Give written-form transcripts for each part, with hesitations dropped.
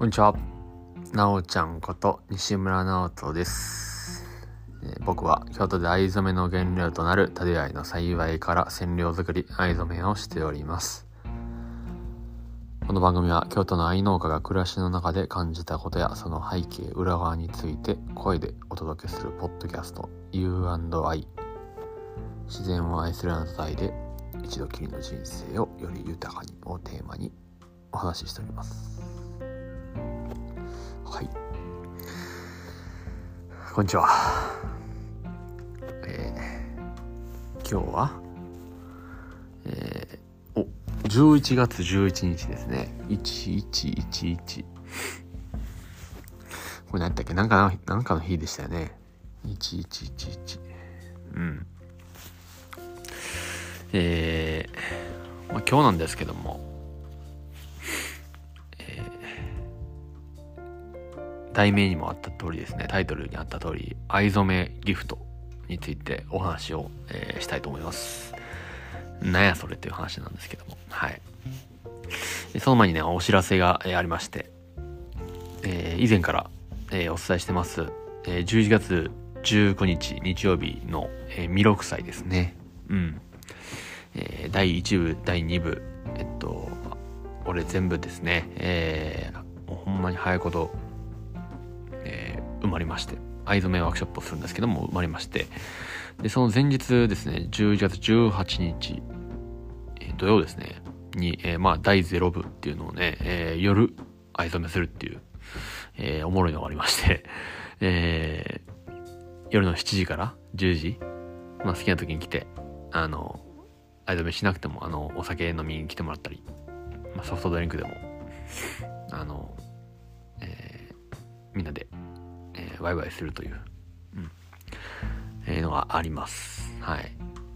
こんにちは。なおちゃんこと西村直人です。僕は京都で藍染めの原料となるタデアイの栽培から染料作り、藍染めをしております。この番組は京都の藍農家が暮らしの中で感じたことやその背景、裏側について声でお届けするポッドキャスト U&I。自然を愛するあなた愛で一度きりの人生をより豊かにをテーマにお話ししております。はい、こんにちは。今日は、11月11日ですね。1111。これ何やったっけ？なんかの日でしたよね。1111。今日なんですけども、題名にもあった通りですね、タイトルにあった通り、藍染めギフトについてお話を、したいと思います。なんやそれっていう話なんですけども、はい。その前にね、お知らせが、ありまして、以前から、お伝えしてます、11月19日日曜日の、弥勒祭ですね。第1部、第2部、これ全部ですね、もうほんまに早いこと、埋まりまして、藍染めワークショップをするんですけども埋まりまして、でその前日ですね、11月18日、土曜ですねに、第0部っていうのをね、夜藍染めするっていう、おもろいのがありまして、夜の7時から10時、好きな時に来て藍染めしなくてもお酒飲みに来てもらったり、ソフトドリンクでもみんなでワイワイするという、のがあります。はい。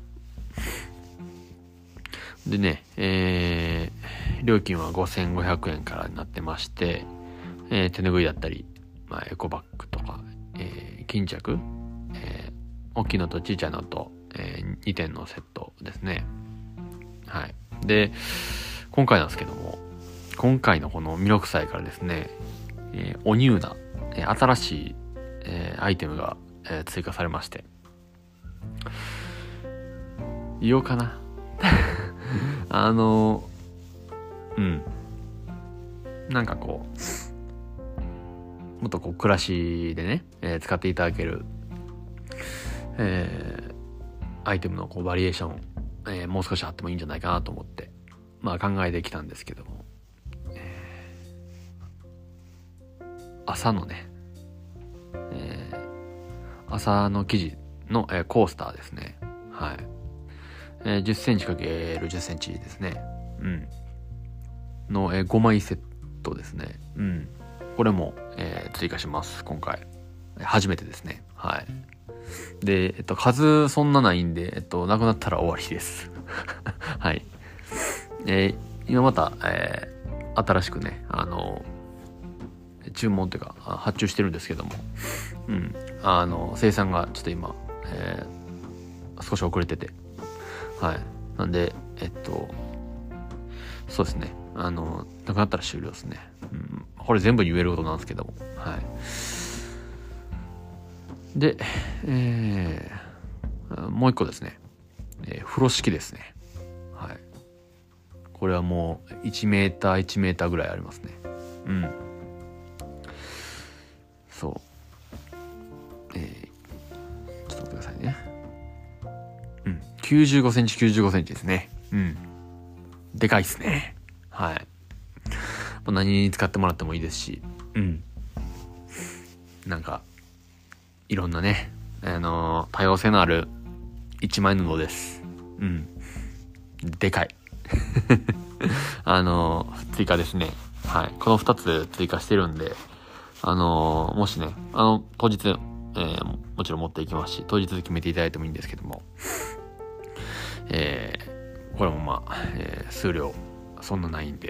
でね、料金は5500円からになってまして、手拭いだったり、エコバッグとか、巾着、大きいのと小さいのと、2点のセットですね。はい。で、今回なんですけども、今回のこの弥勒祭からですね、おニューな、新しい、アイテムが、追加されまして、言おうかななんかこうもっとこう暮らしでね、使っていただける、アイテムのこうバリエーション、もう少しあってもいいんじゃないかなと思って考えてきたんですけども、朝のね、朝の生地の、コースターですね。はい。10センチ ×10 センチですね。の、5枚セットですね。これも、追加します。今回。初めてですね。はい。で、数そんなないんで、なくなったら終わりです。はい。今また、新しくね、注文というか発注してるんですけども、生産がちょっと今、少し遅れてて、はい。なんでそうですね、なくなったら終了ですね。これ全部言えることなんですけども、はい。で、もう一個ですね、風呂敷ですね。はい。これはもう1メーター1メーターぐらいありますね。そう。ちょっと待ってくださいね。95センチ95センチですね。でかいっすね。はい。何に使ってもらってもいいですし、なんかいろんなね、多様性のある一枚布です。でかい。追加ですね。はい。この2つ追加してるんで、もしね、当日、もちろん持っていきますし、当日決めていただいてもいいんですけども、これも数量そんなないんで、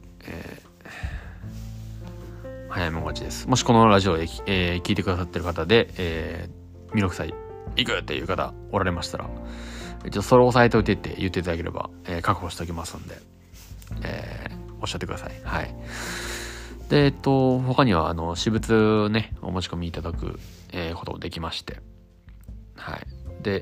早めがちです。もしこのラジオを、聞いてくださってる方で、弥勒祭行くっていう方おられましたら、それを押さえておいてって言っていただければ、確保しておきますんで、おっしゃってください。はい。 で、他には私物ね、お持ち込みいただく、こともできまして。はい。で、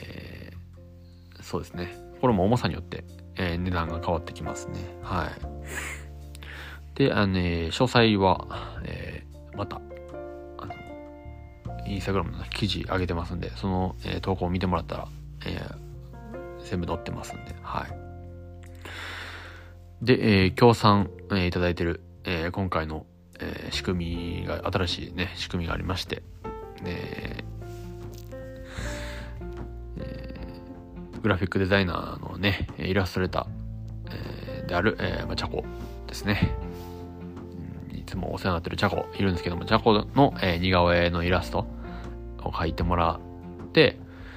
そうですね。これも重さによって、値段が変わってきますね。はい。で、詳細は、また、インスタグラムの記事上げてますんで、その、投稿を見てもらったら、全部載ってますんで、はい。で、協賛、いただいてる、今回の、仕組みが、新しいね、仕組みがありまして、グラフィックデザイナーのね、イラストレーター、である、チャコですね。いつもお世話になってるチャコいるんですけども、チャコの、似顔絵のイラストを描いてもらって、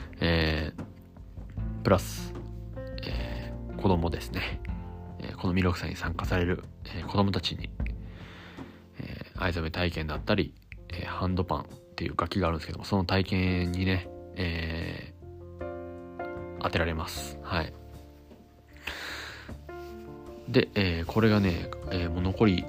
プラス、子供ですね。この弥勒祭に参加される、子供たちに、藍染め体験だったり、ハンドパンっていう楽器があるんですけども、その体験にね、当てられます。はい。で、これがね、もう残り、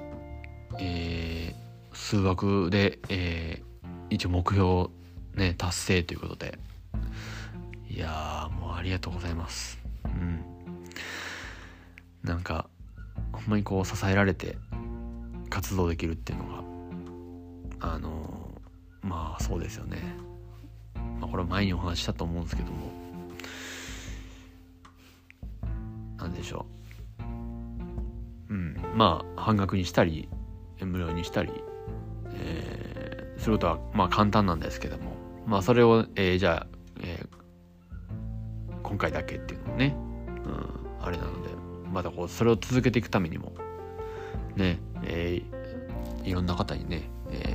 数枠で、一応目標ね、達成ということで、いやー、もうありがとうございます。うん。なんか、ほんまにこう支えられて活動できるっていうのが、まあそうですよね。まあこれは前にお話ししたと思うんですけども、なんでしょう。まあ半額にしたり、無料にしたり、することはまあ簡単なんですけども、まあそれを、じゃあ、今回だけっていうのもね、あれなので、またこうそれを続けていくためにもね、いろんな方にね、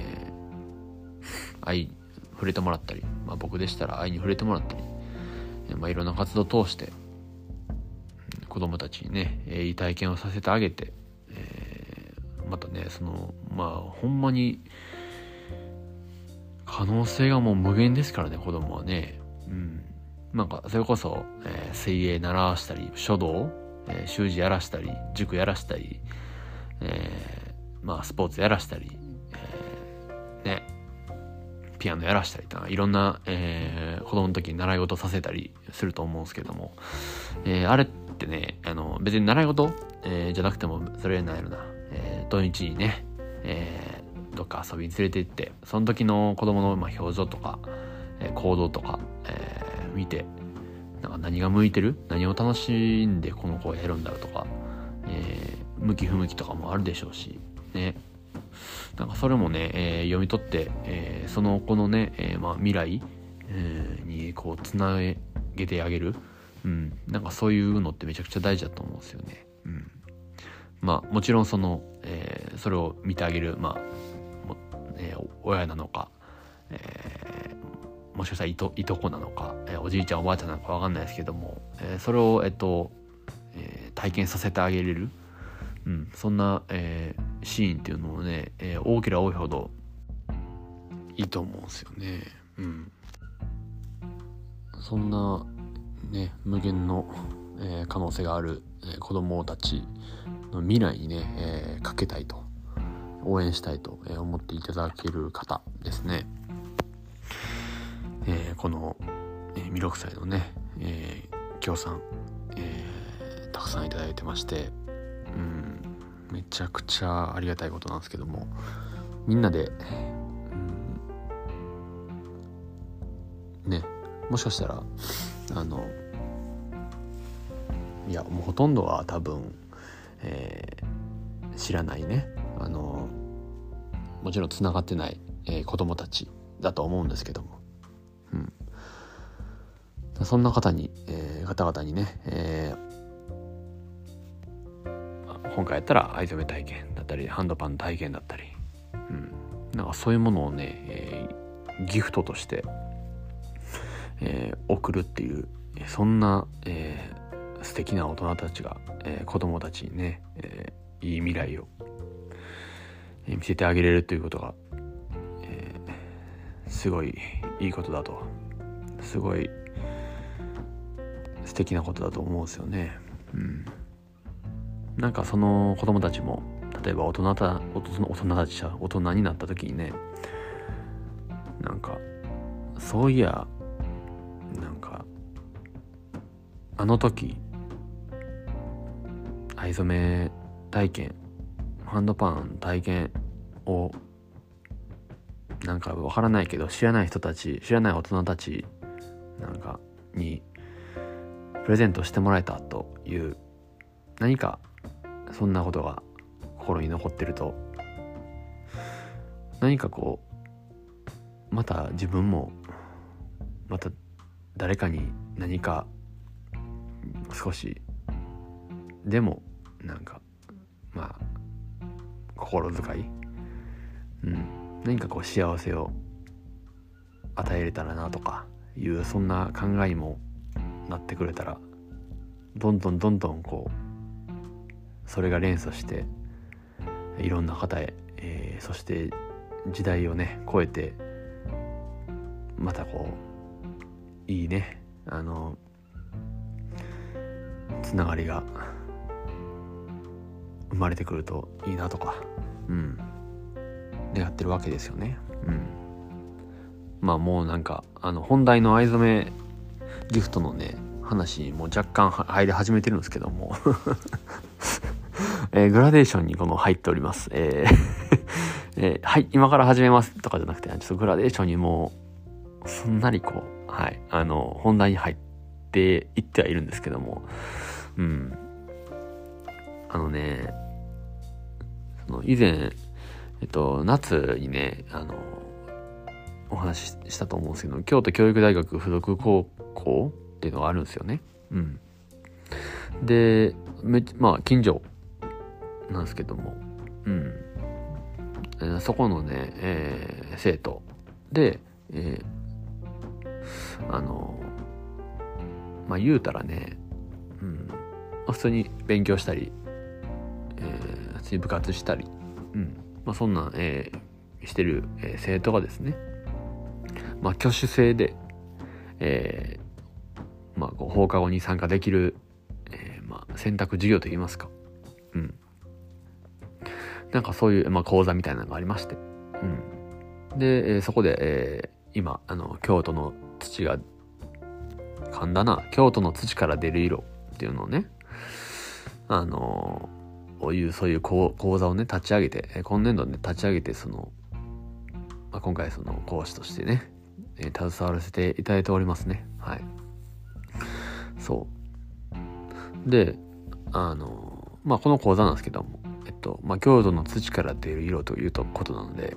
愛触れてもらったり、まあ、僕でしたら愛に触れてもらったり、まあ、いろんな活動を通して子供たちにね、いい体験をさせてあげて、またねそのまあほんまに可能性がもう無限ですからね、子供はね。なんかそれこそ、水泳習わしたり、書道、習字やらしたり、塾やらしたり、まあスポーツやらしたり、ね、ピアノやらしたりとかいろんな、子供の時に習い事させたりすると思うんですけども、あれってね、別に習い事、じゃなくてもそれなんやろな、土日にね、どっか遊びに連れて行って、その時の子供の、まあ、表情とか、行動とか、見て、なんか何が向いてる、何を楽しんでこの子をやるんだろうとか、向き不向きとかもあるでしょうしね。なんかそれもね、読み取って、その子のね、まあ、未来、にこうつなげてあげる、なんかそういうのってめちゃくちゃ大事だと思うんですよね。まあもちろんその、それを見てあげる、まあ親なのか、もしかしたらいとこなのか、おじいちゃんおばあちゃんなのか分かんないですけども、それを体験させてあげれる、そんな、シーンっていうのをね、多ければ多いほどいいと思うんですよね。そんなね無限の、可能性がある、子供たちの未来にね、かけたいと応援したいと思っていただける方ですね。この弥勒祭のね、協賛、たくさんいただいてまして、めちゃくちゃありがたいことなんですけども、みんなで、ね、もしかしたらいやもうほとんどは多分、知らないね、もちろんつながってない、子供たちだと思うんですけども、そんな方々にね、今回やったら藍染め体験だったりハンドパン体験だったり、なんかそういうものをね、ギフトとして、送るっていう、そんな、素敵な大人たちが、子供たちにね、いい未来を、見せてあげれるということが、すごいいいことだと、すごい素敵なことだと思うんですよね。なんかその子供たちも例えば大人になった時にね、なんかそういやなんかあの時藍染め体験、ハンドパン体験をなんかわからないけど知らない大人たちなんかにプレゼントしてもらえたという何かそんなことが心に残ってると、何かこうまた自分もまた誰かに何か少しでもなんかまあ心遣い、何かこう幸せを与えれたらなとかいうそんな考えにもなってくれたら、どんどんこうそれが連鎖していろんな方へ、そして時代をね超えてまたこういいねつながりが生まれてくるといいなとか、願ってるわけですよね。まあもうなんか本題の藍染めギフトのね話も若干入り始めてるんですけどもグラデーションにこの入っております。はい、今から始めますとかじゃなくて、ちょっとグラデーションにもうすんなりこう、はい、本題に入っていってはいるんですけども、以前、夏にね、お話ししたと思うんですけど、京都教育大学附属高校っていうのがあるんですよね。で、まあ近所なんですけども、そこのね、生徒で、まあ言うたらね、普通に勉強したり、普通に部活したり、まあそんな、してる、生徒がですね、まあ挙手制で、まあこう放課後に参加できる、まあ選択授業といいますか、なんかそういう、まあ、講座みたいなのがありまして、で、そこで、今京都の土が京都の土から出る色っていうのをね、そういう講座をね立ち上げて、今年度ね立ち上げて、まあ、今回その講師としてね、携わらせていただいておりますね。はい。そうでまあこの講座なんですけども、まあ京都の土から出る色ということなので、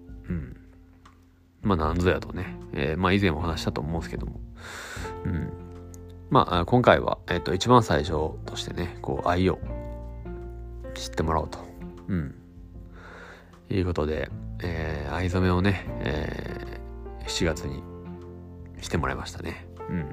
まあなんぞやとね、まあ以前もお話したと思うんですけども、まあ今回は一番最初としてね、こう愛を知ってもらおうと、いうことで、藍染めをね、7月にしてもらいましたね。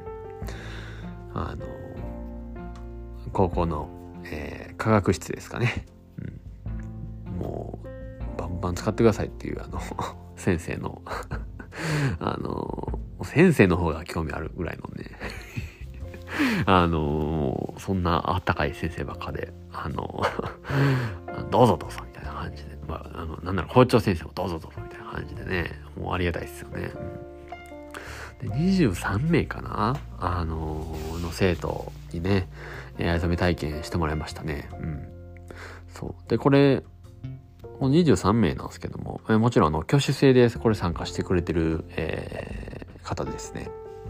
高校の、科学室ですかね。もうバンバン使ってくださいっていう先生の先生の方が興味あるぐらいのねそんなあったかい先生ばっかでどうぞみたいな感じで、まあなんなら校長先生もどうぞみたいな感じでね、もうありがたいですよね。で23名かなの生徒にね藍染め体験してもらいましたね。そうでこれ23名なんですけども、もちろん挙手制でこれ参加してくれてる、方ですね。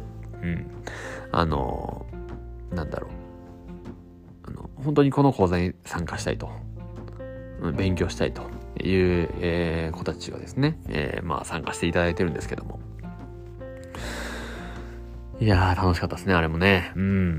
なんだろう、本当にこの講座に参加したいと、勉強したいという、子たちがですね、まあ参加していただいてるんですけども、いやー楽しかったですね、あれもね。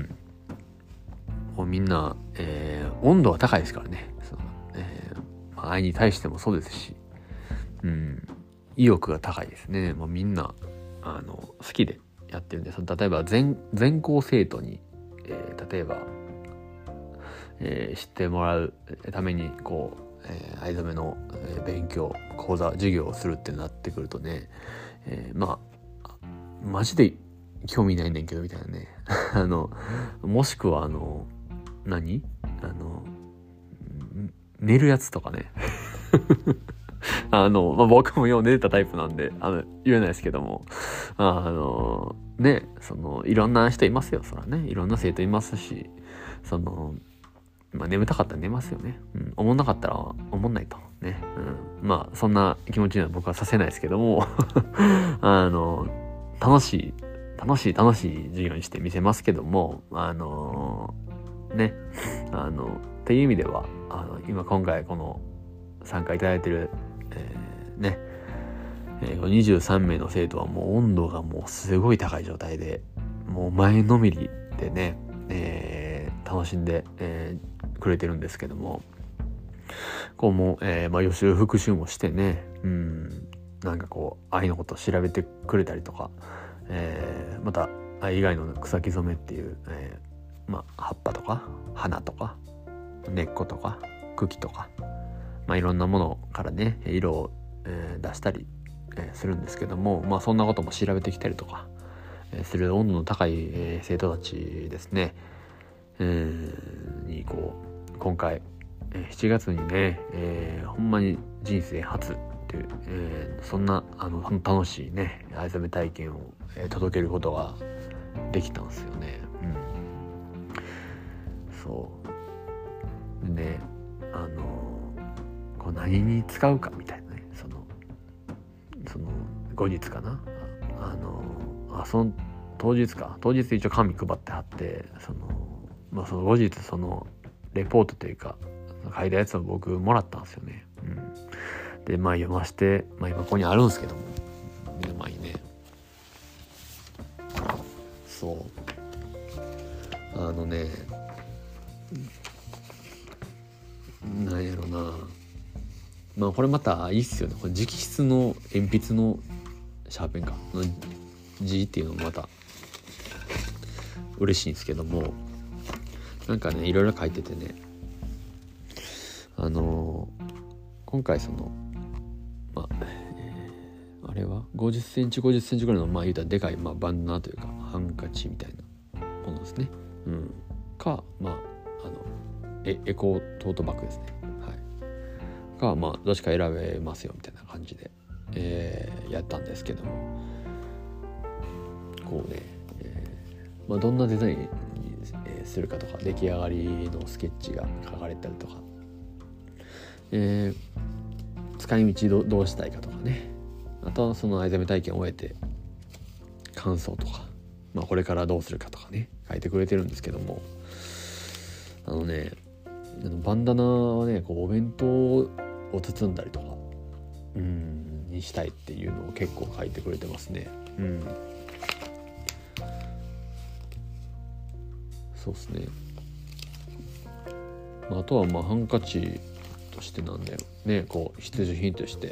もうみんな、温度は高いですからね。まあ、愛に対してもそうですし、意欲が高いですね。もうみんな好きでやってるんで、例えば全校生徒に、例えば、知ってもらうためにこう、藍染めの勉強講座授業をするってなってくるとね、まあマジで興味ないねんけどみたいなねもしくは寝るやつとかね僕もよう寝てたタイプなんで言えないですけどもいろんな人いますよ。そらね、いろんな生徒いますし、眠たかったら寝ますよね。思んなかったら思んないとね。そんな気持ちには僕はさせないですけども楽しい授業にしてみせますけども、っていう意味では今回この参加いただいてる23名の生徒はもう温度がもうすごい高い状態で、もう前のめりでね、楽しんで、くれてるんですけども、こうも予習復習もしてね、なんかこう愛のことを調べてくれたりとか、また愛以外の草木染めっていう、葉っぱとか花とか根っことか茎とか、いろんなものからね色を、出したり、するんですけども、そんなことも調べてきたりとか、する温度の高い、生徒たちですね、にこう今回、7月にね、ほんまに人生初っていう、そんな楽しいね藍染め体験を、届けることができたんですよね。そうでね、こう何に使うかみたいなね、その後日かな、その当日一応紙配ってはって、その後日そのレポートというか書いたやつを僕もらったんですよね。で読まして、今ここにあるんですけども、目の前にね、そうなんやろな、これまたいいっすよね。これ直筆の鉛筆のシャーペンかの字っていうのもまた嬉しいんですけども、なんかねいろいろ書いててね、今回あれは50センチ50センチぐらいの言うたらでかいバンダナというかハンカチみたいなものですね。かエコトートバッグですね。かどっちか選べますよみたいな感じで、やったんですけども、こうね、どんなデザインに、するかとか、出来上がりのスケッチが書かれたりとか、使い道どうしたいかとかね、あとはその藍染め体験を終えて感想とか、これからどうするかとかね書いてくれてるんですけども、バンダナはねこうお弁当を包んだりとかにしたいっていうのを結構書いてくれてますね。そうですね。あとはハンカチとしてなんだよね、こう必需品として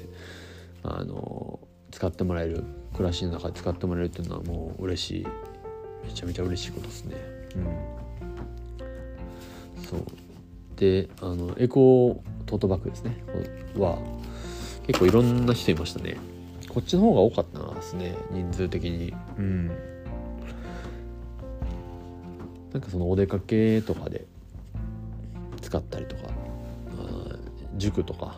使ってもらえる、暮らしの中で使ってもらえるっていうのはもう嬉しい、めちゃめちゃ嬉しいことですね。そうでエコトートバッグですねは結構いろんな人いましたね。こっちの方が多かったですね、人数的に。なんかそのお出かけとかで使ったりとか、塾とか、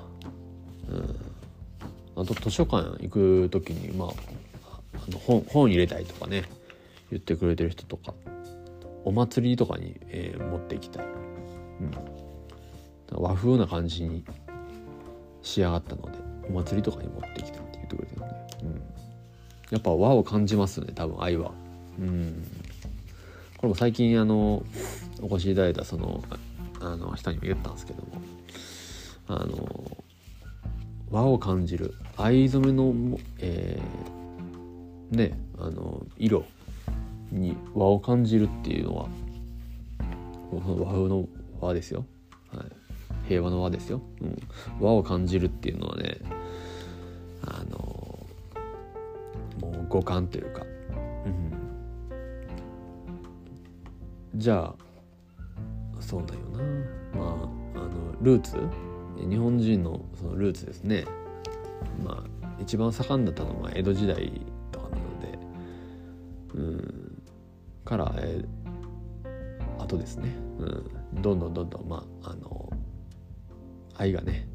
あと図書館行く時に本入れたいとかね言ってくれてる人とか、お祭りとかに、持っていきたい、和風な感じに仕上がったのでお祭りとかに持ってきたって言ってくれてるんで、やっぱ和を感じますね、多分愛は。これも最近お越しいただいたその人にも言ったんですけども、和を感じる藍染めの、色に和を感じるっていうのは和風の和ですよ、平和の和ですよ、和を感じるっていうのはねもう五感というか、じゃあそうだよな、ルーツ、日本人のそのルーツですね。一番盛んだったのは江戸時代とかなので、から、あとですね、どんどん愛がね、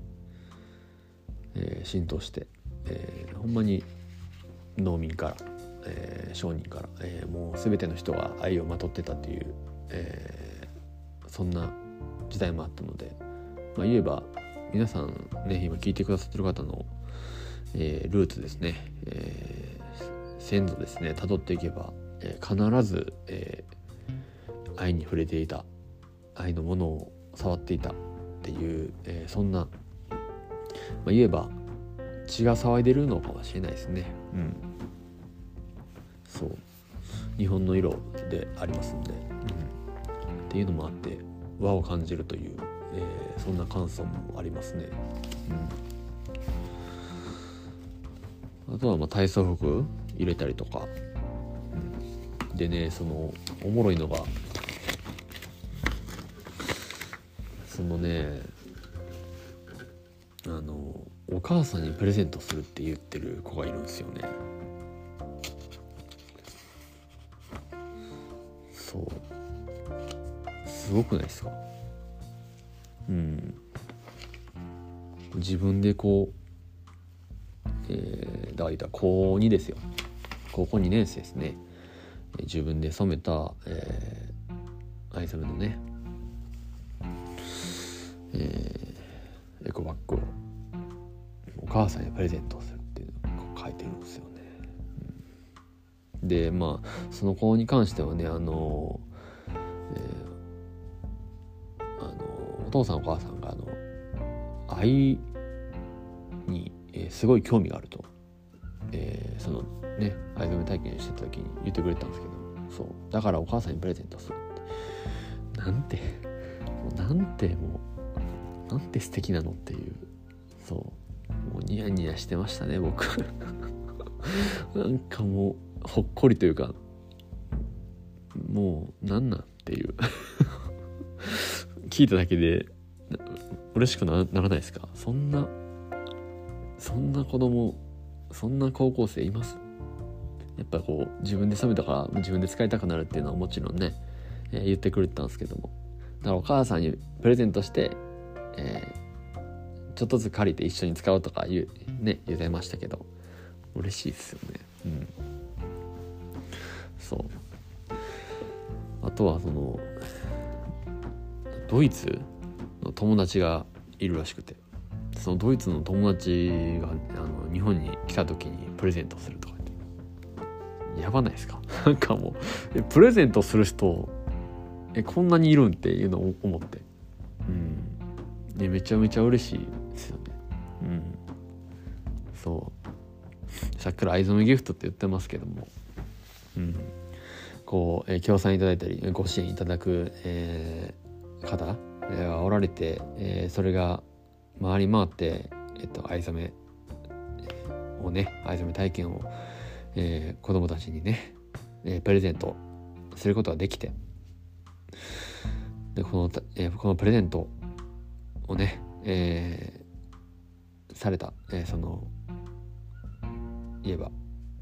浸透して、ほんまに農民から、商人から、もう全ての人が愛をまとってたっていう、そんな時代もあったので、言えば皆さんね、今聞いてくださってる方の、ルーツですね、先祖ですね、辿っていけば、必ず、愛に触れていた、愛のものを触っていたっていう、そんな、言えば血が騒いでるのかもしれないですね。そう日本の色でありますんで、っていうのもあって和を感じるという、そんな感想もありますね。あとは体操服入れたりとか、でね、そのおもろいのがそのね、お母さんにプレゼントするって言ってる子がいるんですよね。そうすごくないですか。自分でこう、だいたい高2ですよ。高校2年生ですね。自分で染めた、藍染めのね、エコバッグをお母さんにプレゼントするっていうのを書いてるんですよね。でその子に関してはね、お父さんお母さんが藍に、すごい興味があると、そのね藍染め体験してた時に言ってくれたんですけど、そうだからお母さんにプレゼントするってなんて素敵なのっていう、もうニヤニヤしてましたね僕なんかもうほっこりというか、もうなんっていう聞いただけで嬉しく ならないですか。そんな子供、そんな高校生います。やっぱこう自分で染めたから自分で使いたくなるっていうのはもちろんね、言ってくれてたんですけども、だからお母さんにプレゼントして、ちょっとずつ借りて一緒に使うとか言ってましたけど、嬉しいですよね。そうあとはそのドイツの友達がいるらしくて、そのドイツの友達が日本に来た時にプレゼントするとかやばないですか。なんかもうプレゼントする人こんなにいるんっていうのを思って、めちゃめちゃ嬉しいですよね。そうさっきから藍染めギフトって言ってますけども、こう、協賛いただいたりご支援いただく、方がおられて、それが回り回って、藍染めをね、藍染め体験を、子供たちにね、プレゼントすることができて、でこのプレゼントをね、された、その言えば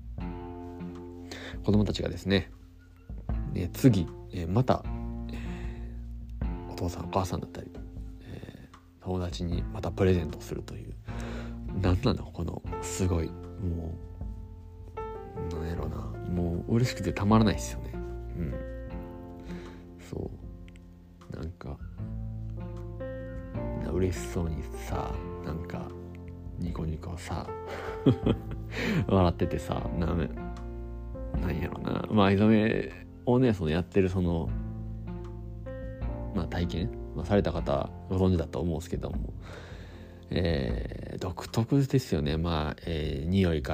子供たちがですね、次、また、お父さんお母さんだったり、友達にまたプレゼントするという、なんなのこのすごい、もうなんやろうな、もう嬉しくてたまらないですよね。そうなんか嬉しそうにさ、なんかニコニコさ笑っててさ、なんやろな、藍染めをね、そのやってるその体験、された方ご存知だと思うんですけども、独特ですよね。匂いから、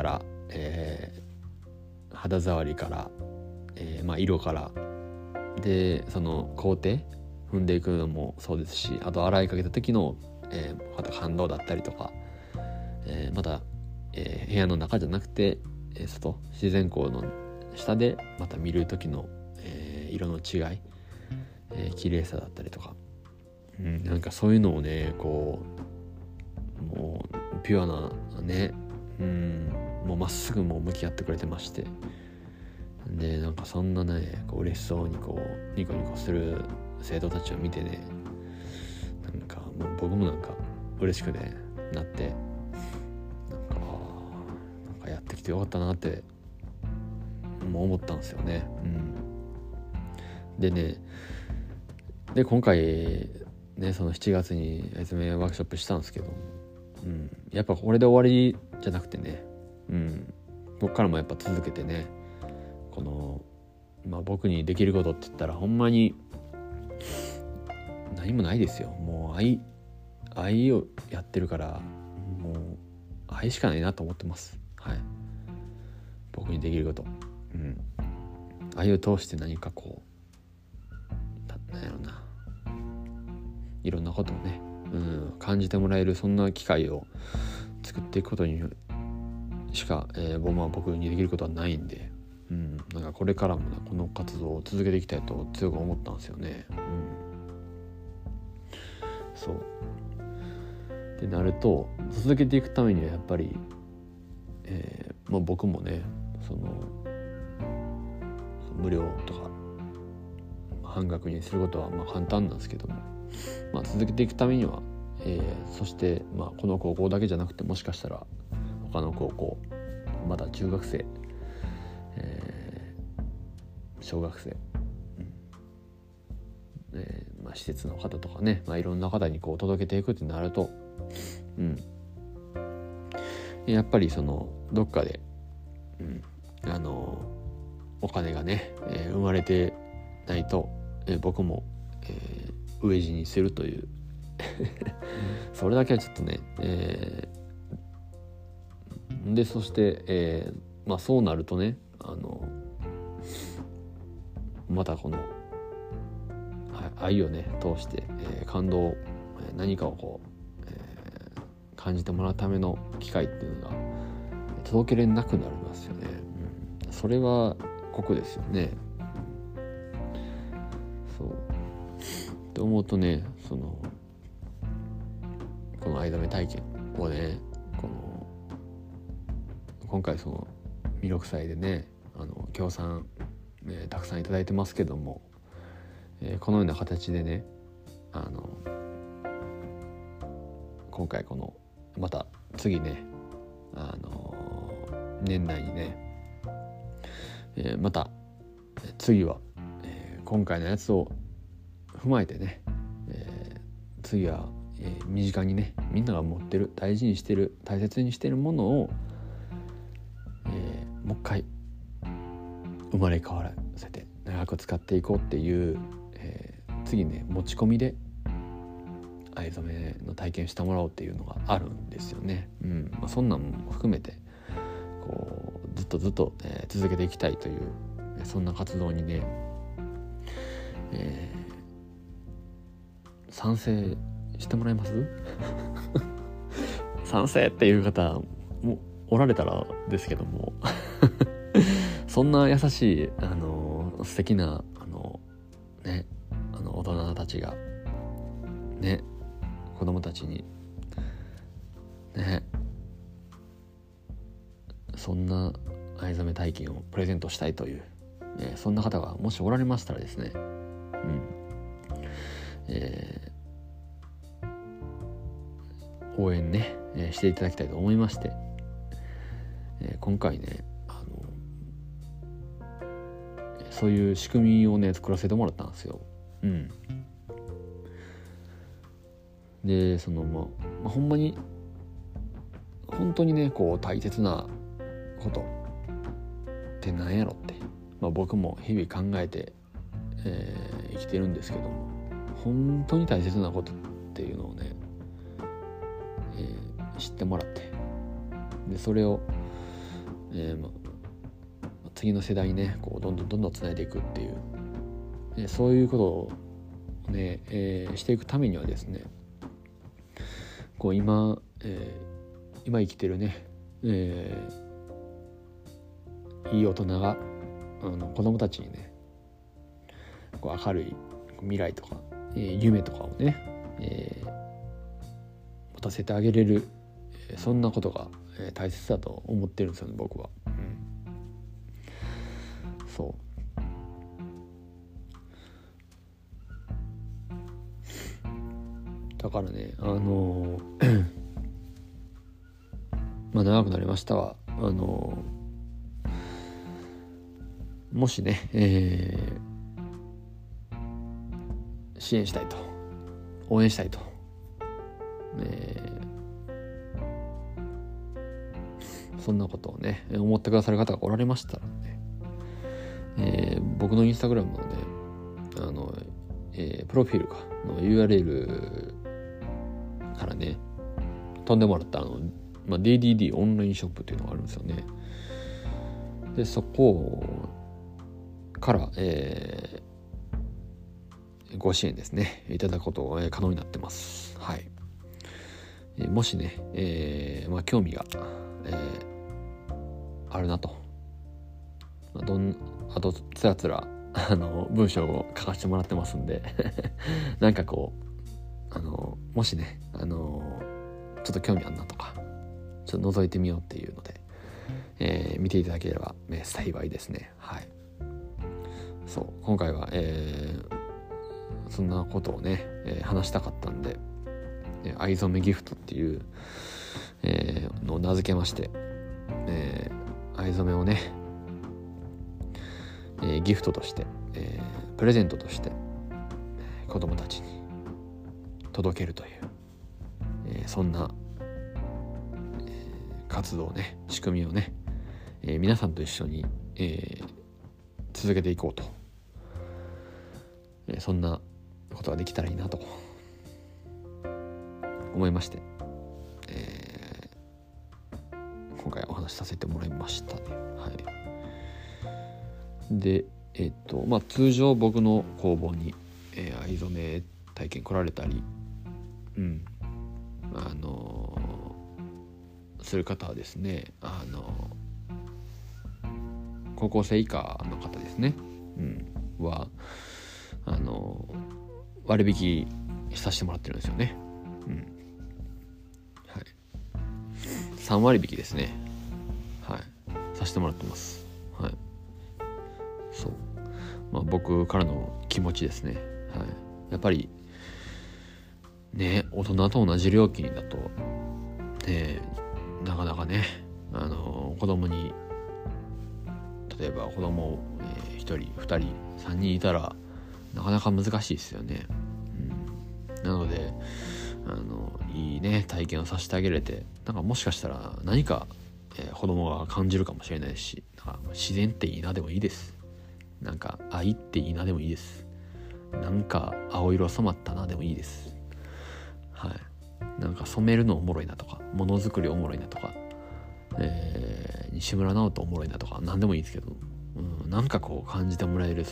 肌触りから、色からで、その工程踏んでいくのもそうですし、あと洗いかけた時の、また感動だったりとか、また、部屋の中じゃなくて、外自然光の下でまた見る時の、色の違い、綺麗さだったりとか、なんかそういうのをね、こうもうピュアなね、もうまっすぐもう向き合ってくれてまして、でなんかそんなね、こう嬉しそうにこうニコニコする生徒たちを見てね、なんかもう僕もなんか嬉しくねなって、なんかやってきてよかったなってもう思ったんですよね。で今回ね、その7月に藍染めワークショップしたんですけど、やっぱこれで終わりじゃなくてね、こっからもやっぱ続けてね、この僕にできることって言ったらほんまに何もないですよ。もう愛をやってるから、もう愛しかないなと思ってます。はい。僕にできること、愛を通して何かこうなんやろな、いろんなことをね、感じてもらえる、そんな機会を作っていくことにしか、僕にできることはないんで、なんかこれからもねこの活動を続けていきたいと強く思ったんですよね。そうってなると、続けていくためにはやっぱり、僕もねその無料とか半額にすることは簡単なんですけども、続けていくためには、そしてこの高校だけじゃなくて、もしかしたら他の高校、まだ中学生、小学生、施設の方とかね、いろんな方にこう届けていくってなると、やっぱりそのどっかで、お金がね、生まれてないと、僕も、飢え死にするというそれだけはちょっとね、でそして、そうなるとね、またこの愛をね通して、感動、何かをこう、感じてもらうための機会っていうのが届けれなくなりますよね。それは酷ですよね。そうって思うとね、この藍染め体験をね、今回その弥勒祭でね、協賛、たくさんいただいてますけども、このような形でね、今回このまた次ね、年内にね、また次は、今回のやつを踏まえてね、次は、身近にね、みんなが持ってる、大事にしてる、大切にしてるものを、もう一回生まれ変わらせて長く使っていこうっていう、次ね持ち込みで藍染めの体験してもらおうっていうのがあるんですよね。そんなんも含めてこうずっと、続けていきたいという、そんな活動にね、賛成してもらえます賛成っていう方もおられたらですけどもそんな優しい素敵な大人たちがね、子供たちにね、そんな藍染め体験をプレゼントしたいという、そんな方がもしおられましたらですね、応援ね、していただきたいと思いまして、今回ねそういう仕組みをね作らせてもらったんですよ。でそのほんまに本当にねこう大切なことって何やろって、僕も日々考えて、生きてるんですけども、本当に大切なことっていうのをね、知ってもらって、でそれを、次の世代にねこうどんどんつないでいくっていう、そういうことをね、していくためにはですね、こう今生きてるね、いい大人が子供たちにねこう明るい未来とか、夢とかをね、持たせてあげれる、そんなことが、大切だと思ってるんですよね、僕は。そうだからねまあ長くなりましたがもしね、支援したいと応援したいと、そんなことをね思ってくださる方がおられましたらね、僕のインスタグラムのねプロフィールの URL からね飛んでもらったDDD オンラインショップっていうのがあるんですよね。でそこから、ご支援ですねいただくことが可能になってます。はい。もしね、興味が、あるなと、あとつらつら文章を書かせてもらってますんでなんかこうもしねちょっと興味あるなとかちょっと覗いてみようっていうので、見ていただければ、幸いですね。はい。そう今回は、そんなことをね、話したかったんで、藍染めギフトっていう、のを名付けまして、藍染めをね、ギフトとして、プレゼントとして、子供たちに届けるという、そんな、活動ね仕組みをね、皆さんと一緒に、続けていこうと、そんなことができたらいいなと思いまして、今回お話しさせてもらいましたね。はい。で通常僕の工房に、藍染め体験来られたりする方はですね高校生以下の方ですね、は割引させてもらってるんですよね。はい、3割引ですね。はい、させてもらってます。はい。そう、僕からの気持ちですね。はい。やっぱりね大人と同じ料金だとなかなかね子供に例えば子供1人2人3人いたらなかなか難しいですよね。なのでいいね体験をさせてあげれてなんかもしかしたら何か、子供が感じるかもしれないしなんか自然っていいなでもいいです。なんか愛っていいなでもいいです。なんか青色染まったなでもいいです。はい。なんか染めるのおもろいなとかものづくりおもろいなとか、西村直人おもろいなとか何でもいいですけど、なんかこう感じてもらえる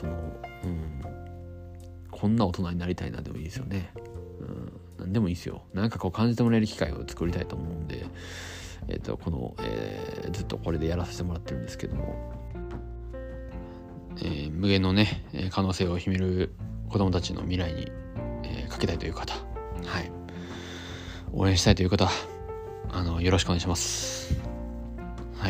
こんな大人になりたいなでもいいですよね。何でもいいですよ。なんかこう感じてもらえる機会を作りたいと思うんで、この、ずっとこれでやらせてもらってるんですけども、無限のね可能性を秘める子供たちの未来に、かけたいという方、はい、応援したいという方よろしくお願いします。はい。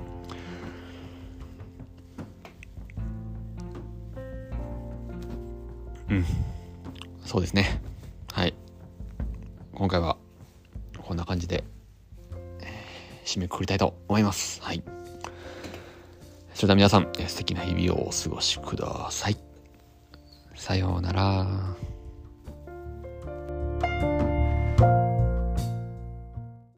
そうですね。はい。今回はこんな感じで、締めくくりたいと思います。はい。それでは皆さん、素敵な日々をお過ごしください。さようなら。